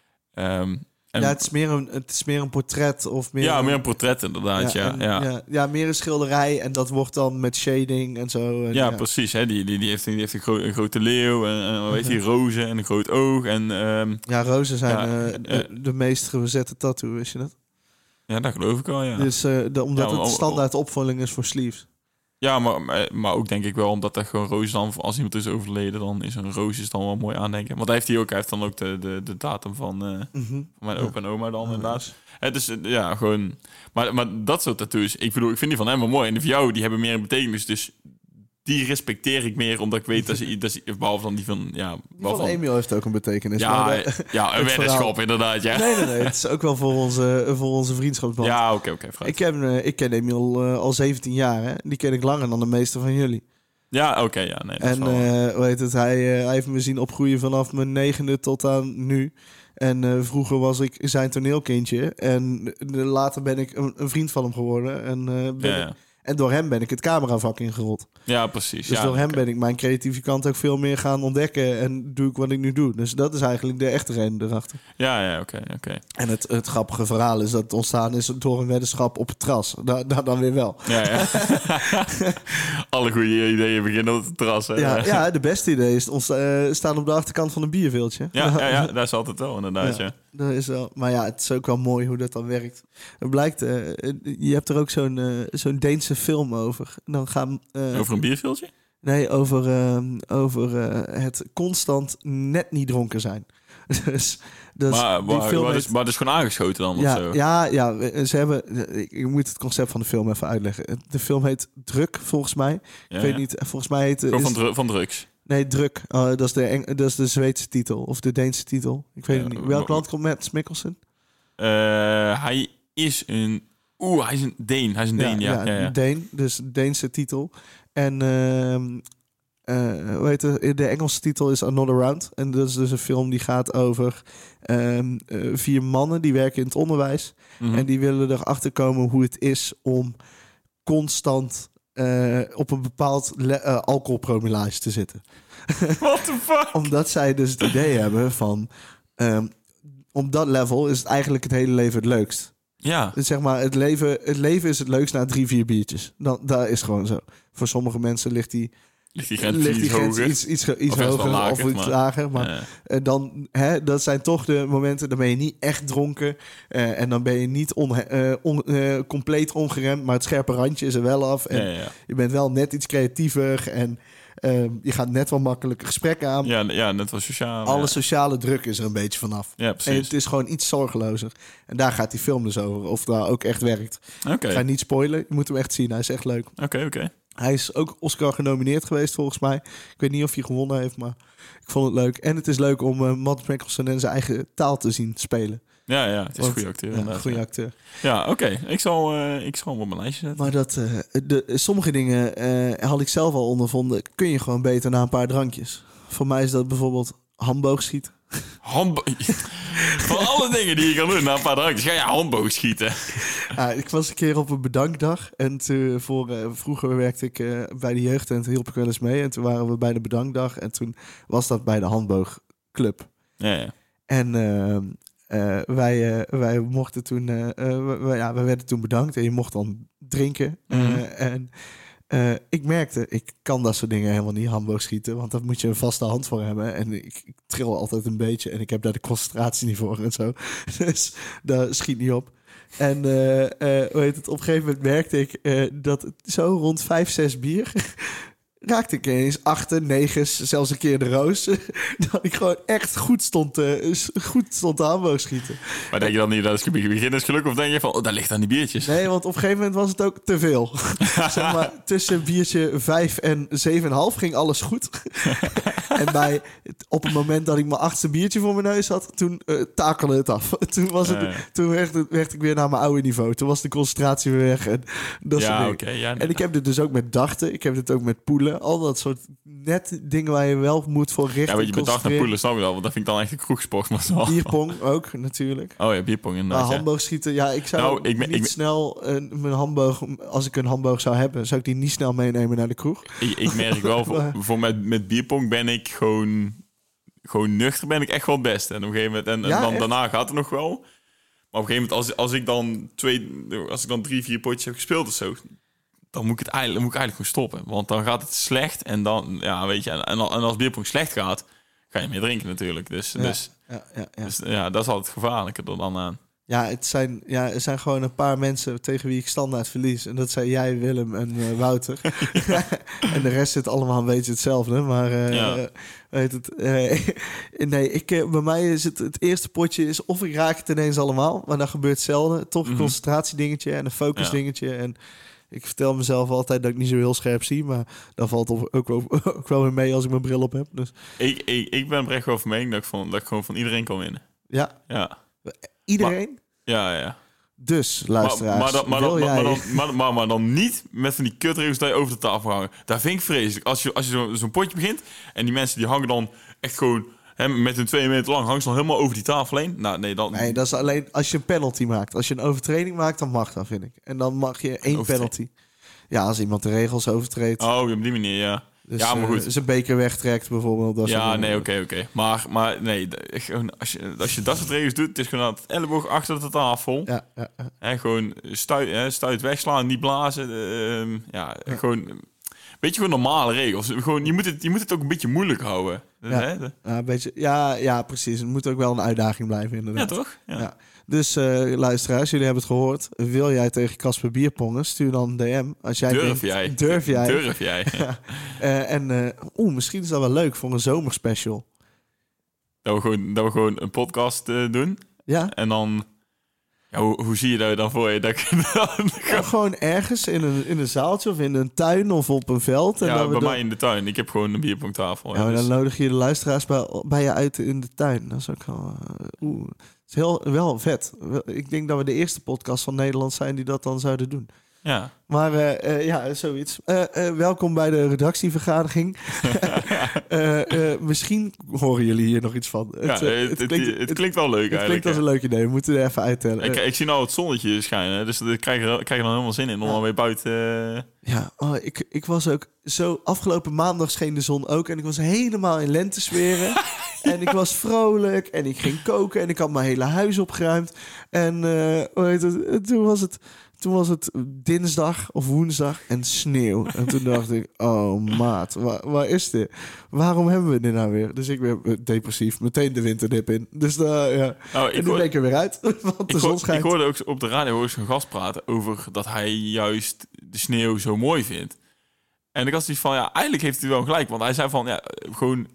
Het is meer een portret of meer... Ja, meer een portret inderdaad, ja, meer een schilderij en dat wordt dan met shading en zo. En, precies. Hè? Die heeft een grote leeuw en weet je, rozen en een groot oog. En, rozen zijn de meest gezette tattoo, wist je dat? Ja, dat geloof ik wel, ja. Dus omdat het standaard opvulling is voor sleeves. Ja, maar ook denk ik wel omdat dat gewoon roos dan... Als iemand is overleden, dan is een roos dan wel mooi aandenken. Want hij heeft dan ook de datum van mijn opa en oma dan inderdaad. Het is gewoon... Maar dat soort tattoos, ik vind die van hem wel mooi. En die van jou, die hebben meer een betekenis. Dus die respecteer ik meer, omdat ik weet dat ze behalve dan die van... Ja, die van Emiel heeft ook een betekenis. Een weddenschap inderdaad, ja. Nee, het is ook wel voor onze vriendschapsband. Ja, oké. Ik ken Emiel al 17 jaar, hè. Die ken ik langer dan de meeste van jullie. Ja, oké, ja. Nee, dat en hoe heet het, hij heeft me zien opgroeien vanaf mijn 9e tot aan nu. En vroeger was ik zijn toneelkindje. En later ben ik een vriend van hem geworden. En En door hem ben ik het cameravak ingerold. Ja, precies. Dus door hem ben ik mijn creatieve kant ook veel meer gaan ontdekken. En doe ik wat ik nu doe. Dus dat is eigenlijk de echte reden erachter. Ja, oké. En het grappige verhaal is dat het ontstaan is door een weddenschap op het terras. Dan weer wel. Ja. Alle goede ideeën beginnen op het terras. Hè? Ja, de beste idee is staan op de achterkant van een bierveeltje. Ja, daar is altijd wel inderdaad, ja. Dat is wel, maar ja, het is ook wel mooi hoe dat dan werkt. Het blijkt, je hebt er ook zo'n Deense film over. Dan gaan, over een bierveeltje? Nee, over het constant net niet dronken zijn. Dus maar het is gewoon aangeschoten dan of zo? Ja, ze hebben... Ik moet het concept van de film even uitleggen. De film heet Druk, volgens mij. Ik weet niet, volgens mij heet... Van drugs? Nee, Druk. Dat is de Zweedse titel. Of de Deense titel. Ik weet het niet. Welk land komt Mads Mikkelsen? Hij is een Hij is een Deen. Ja. Deen, dus Deense titel. En hoe heet het? De Engelse titel is Another Round. En dat is dus een film die gaat over 4 mannen die werken in het onderwijs. Mm-hmm. En die willen erachter komen hoe het is om constant op een bepaald alcoholpromillage te zitten. What the fuck? Omdat zij dus het idee hebben van... op dat level is het eigenlijk het hele leven het leukst. Ja. Dus zeg maar, het leven is het leukst na 3-4 biertjes. Dat is gewoon zo. Voor sommige mensen ligt die grens iets hoger of iets lager. Maar dat zijn toch de momenten... dan ben je niet echt dronken. En dan ben je niet compleet ongeremd... maar het scherpe randje is er wel af. En je bent wel net iets creatiever... en je gaat net wel makkelijker gesprekken aan. Ja, net wel sociaal. Alle sociale druk is er een beetje vanaf. Ja, precies. En het is gewoon iets zorgelozer. En daar gaat die film dus over. Of dat ook echt werkt. Okay. Ik ga niet spoilen. Je moet hem echt zien. Hij is echt leuk. Oké. Hij is ook Oscar genomineerd geweest volgens mij. Ik weet niet of hij gewonnen heeft, maar ik vond het leuk. En het is leuk om Mads Mikkelsen in zijn eigen taal te zien spelen. Ja, het is een goede acteur. Ja, goede acteur. Ja, oké. Ik zal hem op mijn lijstje zetten. Maar sommige dingen had ik zelf al ondervonden. Kun je gewoon beter na een paar drankjes. Voor mij is dat bijvoorbeeld handboogschieten. Van alle dingen die je kan doen na een paar drankjes, ga je handboogschieten. Ik was een keer op een bedankdag. En vroeger werkte ik bij de jeugd en toen hielp ik wel eens mee. En toen waren we bij de bedankdag. En toen was dat bij de handboogclub. Ja. En wij mochten toen... we werden toen bedankt en je mocht dan drinken. En ik merkte, ik kan dat soort dingen helemaal niet handboogschieten. Want daar moet je een vaste hand voor hebben. En ik tril altijd een beetje. En ik heb daar de concentratie niet voor en zo. Dus dat schiet niet op. En op een gegeven moment merkte ik dat zo rond 5-6 bier... raakte ik ineens 8, 9, zelfs een keer de roos. Dat ik gewoon echt goed stond te handboogschieten. Maar denk je dan niet dat het beginnersgeluk? Of denk je van, daar ligt aan die biertjes? Nee, want op een gegeven moment was het ook te veel. Zeg maar, tussen biertje 5 en 7,5 ging alles goed. En op het moment dat ik mijn 8e biertje voor mijn neus had... toen takelde het af. Toen werd ik weer naar mijn oude niveau. Toen was de concentratie weer weg. En dat en ik heb dit dus ook met dachten. Ik heb dit ook met poelen. Al dat soort net dingen waar je wel moet voor richten. Ja, want je bedacht naar poelen, snap je wel. Want dat vind ik dan echt een kroegsport. Maar bierpong ook, natuurlijk. Oh ja, bierpong inderdaad. Maar handboogschieten, ik zou niet snel mijn handboog... Als ik een handboog zou hebben, zou ik die niet snel meenemen naar de kroeg. Ik merk wel, voor met bierpong ben ik gewoon nuchter, ben ik echt wel het beste. En op een gegeven moment, dan daarna gaat het nog wel. Maar op een gegeven moment, als ik dan 3-4 potjes heb gespeeld of zo... dan moet ik eigenlijk gewoon stoppen. Want dan gaat het slecht. En dan, weet je... En als bierpong slecht gaat... ga je meer drinken natuurlijk. Dus dat is altijd gevaarlijker dan aan. Ja, er zijn gewoon een paar mensen tegen wie ik standaard verlies. En dat zijn jij, Willem en Wouter. En de rest zit allemaal een beetje hetzelfde. Maar bij mij is het eerste potje is of ik raak het ineens allemaal. Maar dat gebeurt zelden. Toch een concentratiedingetje en een focusdingetje. En ik vertel mezelf altijd dat ik niet zo heel scherp zie. Maar dat valt ook wel weer mee als ik mijn bril op heb. Dus. Ik ben oprecht wel van mening dat ik gewoon van iedereen kan winnen. Ja. Iedereen? Ja. Dus, luisteraars, maar dan niet met van die kutregels dat je over de tafel hangen. Daar vind ik vreselijk. Als je zo'n potje begint en die mensen die hangen dan echt gewoon... met hun 2 meter lang hangen ze dan helemaal over die tafel heen. Nee, dat is alleen als je een penalty maakt. Als je een overtreding maakt, dan mag dat, vind ik. En dan mag je 1 penalty. Ja, als iemand de regels overtreedt. Oh, op die manier, ja. Dus, ja, maar goed. Zijn beker wegtrekt bijvoorbeeld. Oké. Maar nee, als je dat soort regels doet, het is gewoon het elleboog achter de tafel. Ja. En gewoon stuit wegslaan, niet blazen. Gewoon... Beetje gewoon normale regels. Gewoon, je moet het ook een beetje moeilijk houden. Een beetje, ja, precies. Het moet ook wel een uitdaging blijven, inderdaad. Ja, toch? Ja. Dus luisteraars, jullie hebben het gehoord. Wil jij tegen Casper bierpongen? Stuur dan een DM. Als jij Durf jij? Ja. Misschien is dat wel leuk voor een zomerspecial. Dat we gewoon een podcast doen. Ja. En dan... Ja, hoe zie je dat dan voor je? Gewoon ergens in een zaaltje of in een tuin of op een veld. En bij mij in de tuin. Ik heb gewoon een bierpongtafel. Ja, maar dan nodig je de luisteraars bij je uit in de tuin. Dat is ook wel... het is wel vet. Ik denk dat we de eerste podcast van Nederland zijn die dat dan zouden doen. Ja. Maar zoiets. Welkom bij de redactievergadering. Misschien horen jullie hier nog iets van. Het klinkt wel leuk eigenlijk. Het klinkt als een leuk idee. We moeten er even uittellen. Ik zie nou het zonnetje schijnen. Dus daar krijg je dan helemaal zin in om dan weer buiten... Ja, ik was ook zo... Afgelopen maandag scheen de zon ook. En ik was helemaal in lentesferen. En ik was vrolijk. En ik ging koken. En ik had mijn hele huis opgeruimd. En toen was het dinsdag of woensdag en sneeuw. En toen dacht ik, oh maat, waar is dit? Waarom hebben we dit nou weer? Dus ik ben depressief, meteen de winterdip in. Dus en nu ben ik er weer uit, want de zon schijnt. Ik hoorde ook op de radio zo'n gast praten over dat hij juist de sneeuw zo mooi vindt. En ik had zoiets van, eigenlijk heeft hij wel gelijk. Want hij zei van, gewoon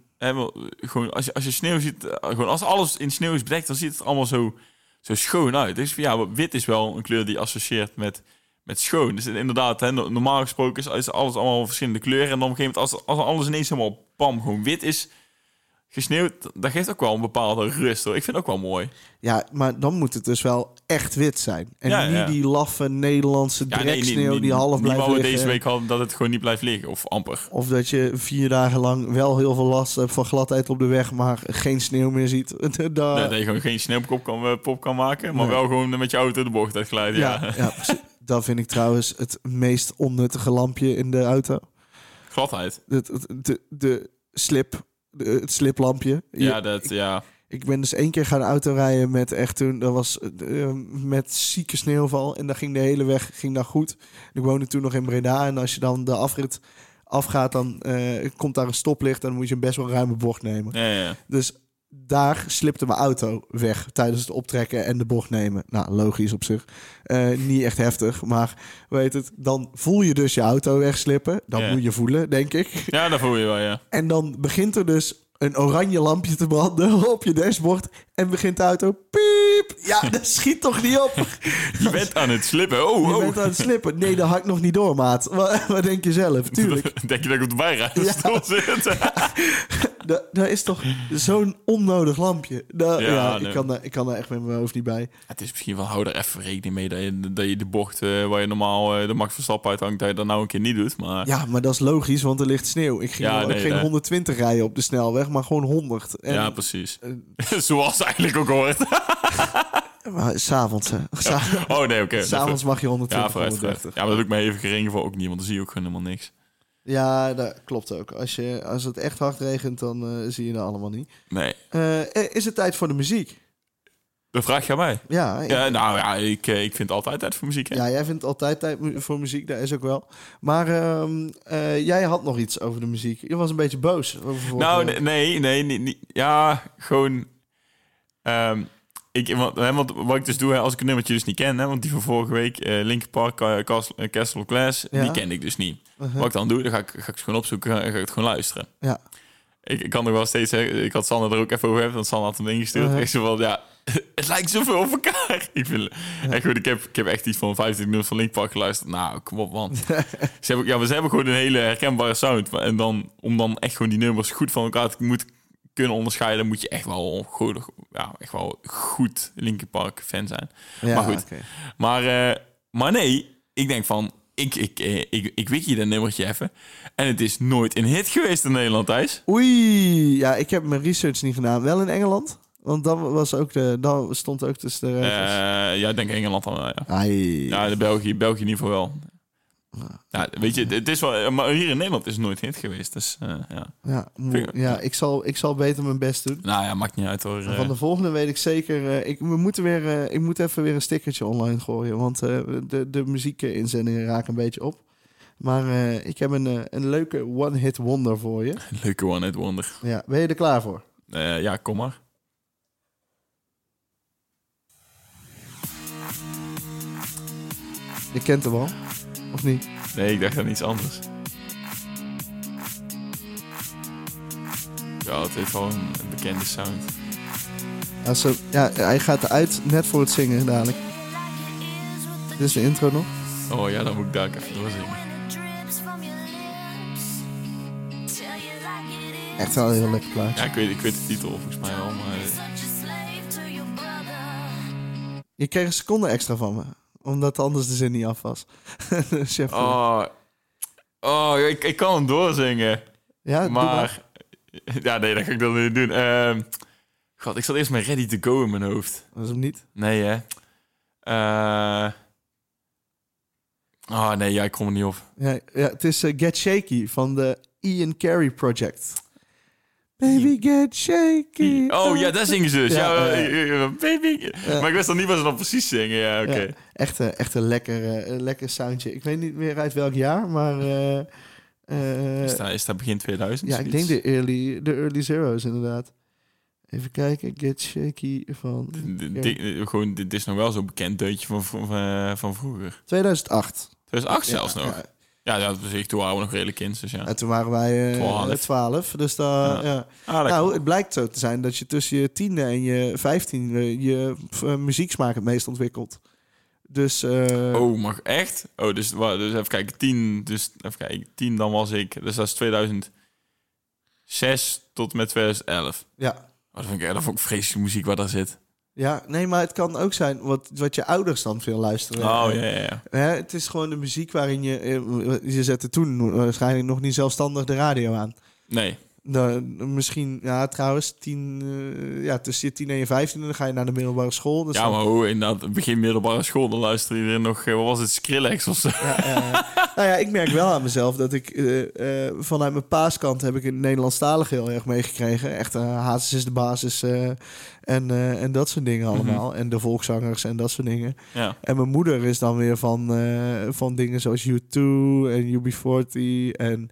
als je sneeuw ziet, gewoon als alles in sneeuw is bedekt, dan ziet het allemaal zo schoon uit. Dus wit is wel een kleur die je associeert met schoon. Dus inderdaad, normaal gesproken is alles allemaal verschillende kleuren. En dan op een gegeven moment, als alles ineens helemaal gewoon wit is gesneeuwd, dat geeft ook wel een bepaalde rust, hoor. Ik vind het ook wel mooi. Ja, maar dan moet het dus wel echt wit zijn. En niet die laffe Nederlandse dreksneeuw die half blijft liggen. We deze week hadden dat het gewoon niet blijft liggen, of amper. Of dat je 4 dagen lang wel heel veel last hebt van gladheid op de weg, maar geen sneeuw meer ziet. Dat je gewoon geen sneeuwpop kan maken, maar wel gewoon met je auto de bocht uitglijden. Ja, dat vind ik trouwens het meest onnuttige lampje in de auto. Gladheid. De slip. Het sliplampje. Ik ben dus 1 keer gaan autorijden met echt toen... Dat was met zieke sneeuwval. En dan ging de hele weg goed. Ik woonde toen nog in Breda. En als je dan de afrit afgaat, dan komt daar een stoplicht. En dan moet je een best wel ruime bocht nemen. Ja. Dus daar slipte mijn auto weg tijdens het optrekken en de bocht nemen. Nou, logisch op zich. Niet echt heftig, maar dan voel je dus je auto wegslippen. Dat moet je voelen, denk ik. Ja, dat voel je wel, ja. En dan begint er dus een oranje lampje te branden op je dashboard en begint de auto piep. Ja, dat schiet toch niet op. Je bent aan het slippen. Je bent aan het slippen. Nee, dat had ik nog niet door, maat. Wat denk je zelf? Tuurlijk. Denk je dat ik op de bijrijdersstoel zit? Dat is toch zo'n onnodig lampje. Ik kan daar echt met mijn hoofd niet bij. Het is misschien wel, hou er even rekening mee dat je de bocht waar je normaal de Max Verstappen uithangt, dat je dat nou een keer niet doet. Maar... Ja, maar dat is logisch, want er ligt sneeuw. Ik ging geen 120 rijden op de snelweg, maar gewoon 100. En, ja, precies. Zoals het eigenlijk ook hoort. Maar s'avonds, hè. Oh nee, oké. S'avonds mag je 120, 130. Ja, maar dat doe ik me even geringen voor ook niet, want dan zie je ook gewoon helemaal niks. Ja, dat klopt ook. Als het echt hard regent, dan zie je dat allemaal niet. Nee. Is het tijd voor de muziek? Dat vraag je aan mij? Ja. Ik vind altijd tijd voor muziek. Hè? Ja, jij vindt altijd tijd voor muziek, dat is ook wel. Maar jij had nog iets over de muziek. Je was een beetje boos. Nee. Ja, gewoon... Want wat ik dus doe, als ik een nummertje dus niet ken, want die van vorige week, Linkin Park, Castle of Glass, die ken ik dus niet. Wat ik dan doe, dan ga ik het gewoon opzoeken en ga ik het gewoon luisteren. Ja. Ik kan er wel steeds zeggen, ik had Sander er ook even over hebben, want Sander had hem ingestuurd. Ik zei van, het lijkt zoveel op elkaar. Ik vind echt goed, ik heb echt iets van 25 nummers van Linkin Park geluisterd. Nou, kom op, man. Ze hebben gewoon een hele herkenbare sound. En dan, om dan echt gewoon die nummers goed van elkaar te kunnen onderscheiden, moet je echt wel goed Linkin Park fan zijn. Ja, maar goed. Okay. Maar nee, ik denk van, ik wiki dat nummertje even. En het is nooit een hit geweest in Nederland, Thijs. Oei, ja, ik heb mijn research niet gedaan. Wel in Engeland? Want dat stond ook tussen de regels. Ja, ik denk Engeland dan wel, ja. Ai. Ja, België in ieder geval wel. Ja, weet je, het is wel, maar hier in Nederland is het nooit hit geweest. Dus ik zal beter mijn best doen. Nou ja, maakt niet uit hoor. Van de volgende weet ik zeker. Ik moet even weer een stickertje online gooien, want de muziekinzendingen raken een beetje op. Maar ik heb een leuke one-hit wonder voor je. Een leuke one-hit wonder. Ja, ben je er klaar voor? Ja, kom maar. Je kent hem al, of niet? Nee, ik dacht aan iets anders. Ja, het heeft wel een bekende sound. Hij gaat eruit net voor het zingen dadelijk. Dit is de intro nog. Oh ja, dan moet ik daar even doorzingen. Echt wel een heel lekker plaatje. Ja, ik weet de titel volgens mij wel, maar... Je kreeg een seconde extra van me. Omdat anders de zin niet af was. Chef. Ik kan hem doorzingen. Ja, maar... Ja, nee, dat ga ik dan niet doen. God, ik zat eerst met Ready to Go in mijn hoofd. Dat is hem niet. Nee, hè? Nee, ik kom er niet op. Ja, het is Get Shaky van de Ian Carey Project. Baby, get shaky. Oh ja, daar zingen ze dus. Baby. Ja. Maar ik wist dan niet wat ze dan precies zingen. Ja, oké. Ja, echt een lekker soundje. Ik weet niet meer uit welk jaar, maar... Is dat begin 2000? Ja, ik denk de early zeros inderdaad. Even kijken. Get Shaky van... Dit is nog wel zo'n bekend deuntje van vroeger. 2008. 2008 zelfs nog? Ja, toen waren we nog redelijk kind. Dus ja. En toen waren wij 12. Dus het blijkt zo te zijn dat je tussen je 10e en je 15e je muzieksmaak het meest ontwikkelt. Dus... mag echt? Dus even kijken. 10. Dus even kijken. 10 dan was ik. Dus dat is 2006 tot met 2011. Ja. Dat vond ik vreselijke muziek waar daar zit. Ja, nee, maar het kan ook zijn wat je ouders dan veel luisteren. Ja. Het is gewoon de muziek waarin je zette toen waarschijnlijk nog niet zelfstandig de radio aan. Nee. Misschien, trouwens, tussen je 10 en je 15 dan ga je naar de middelbare school. Dus maar inderdaad, begin middelbare school, dan luisterde iedereen nog, wat was het, Skrillex of zo? Ik merk wel aan mezelf dat ik vanuit mijn paaskant heb ik het Nederlandstalig heel erg meegekregen. Echt, Hazes is de basis en dat soort dingen allemaal. Mm-hmm. En de volkszangers en dat soort dingen. Ja. En mijn moeder is dan weer van dingen zoals U2 en UB40 en...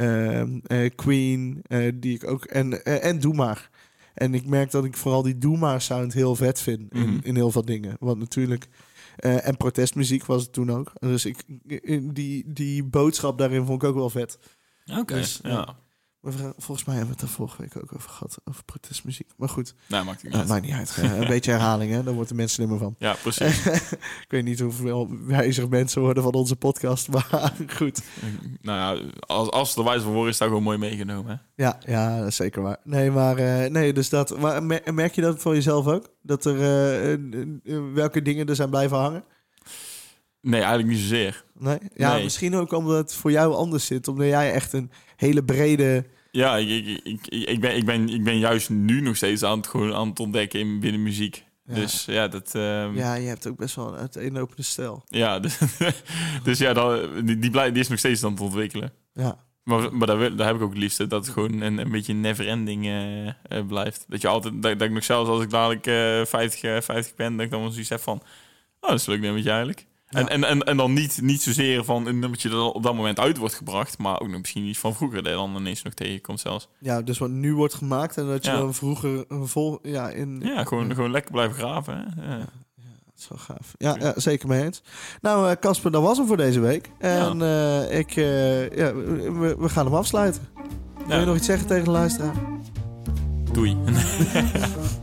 Queen, die ik ook... En Doe Maar. En ik merk dat ik vooral die Doe Maar sound heel vet vind in heel veel dingen. Want natuurlijk... en protestmuziek was het toen ook. Dus die boodschap daarin vond ik ook wel vet. Oké, dus, maar volgens mij hebben we het daar vorige week ook over gehad. Over protestmuziek. Maar goed. Nee, maakt niet uit. Maakt niet uit. Een beetje herhaling, hè. Daar wordt de mensen slimmer van. Ja, precies. Ik weet niet hoeveel wijzig mensen worden van onze podcast. Maar goed. Nou ja, als er wijs van worden is dat gewoon mooi meegenomen. Hè? Ja, dat is zeker waar. Nee, maar dus dat. Maar merk je dat voor jezelf ook? Dat er welke dingen er zijn blijven hangen? Nee, eigenlijk niet zozeer. Nee? Misschien ook omdat het voor jou anders zit. Omdat jij echt een hele brede... Ja, ik ben juist nu nog steeds aan het ontdekken binnen muziek. Ja. Dus ja, dat... Ja, je hebt ook best wel een uiteenlopende stijl. Ja, dus ja, die is nog steeds aan het ontwikkelen. Ja. Maar daar heb ik ook het liefste, dat het gewoon een beetje never-ending blijft. Dat je altijd, dat ik nog zelfs als ik dadelijk 50 ben, dat ik dan wel zoiets heb van... dat is leuk nummertje eigenlijk. Ja. En dan niet zozeer van een nummertje dat op dat moment uit wordt gebracht, maar ook nog misschien iets van vroeger dat je dan ineens nog tegenkomt zelfs. Ja, dus wat nu wordt gemaakt en dat je dan vroeger gewoon lekker blijven graven. Hè? Ja. Dat is wel gaaf. Ja, zeker mee eens. Nou, Casper, dat was hem voor deze week. En we gaan hem afsluiten. Wil je nog iets zeggen tegen de luisteraar? Doei.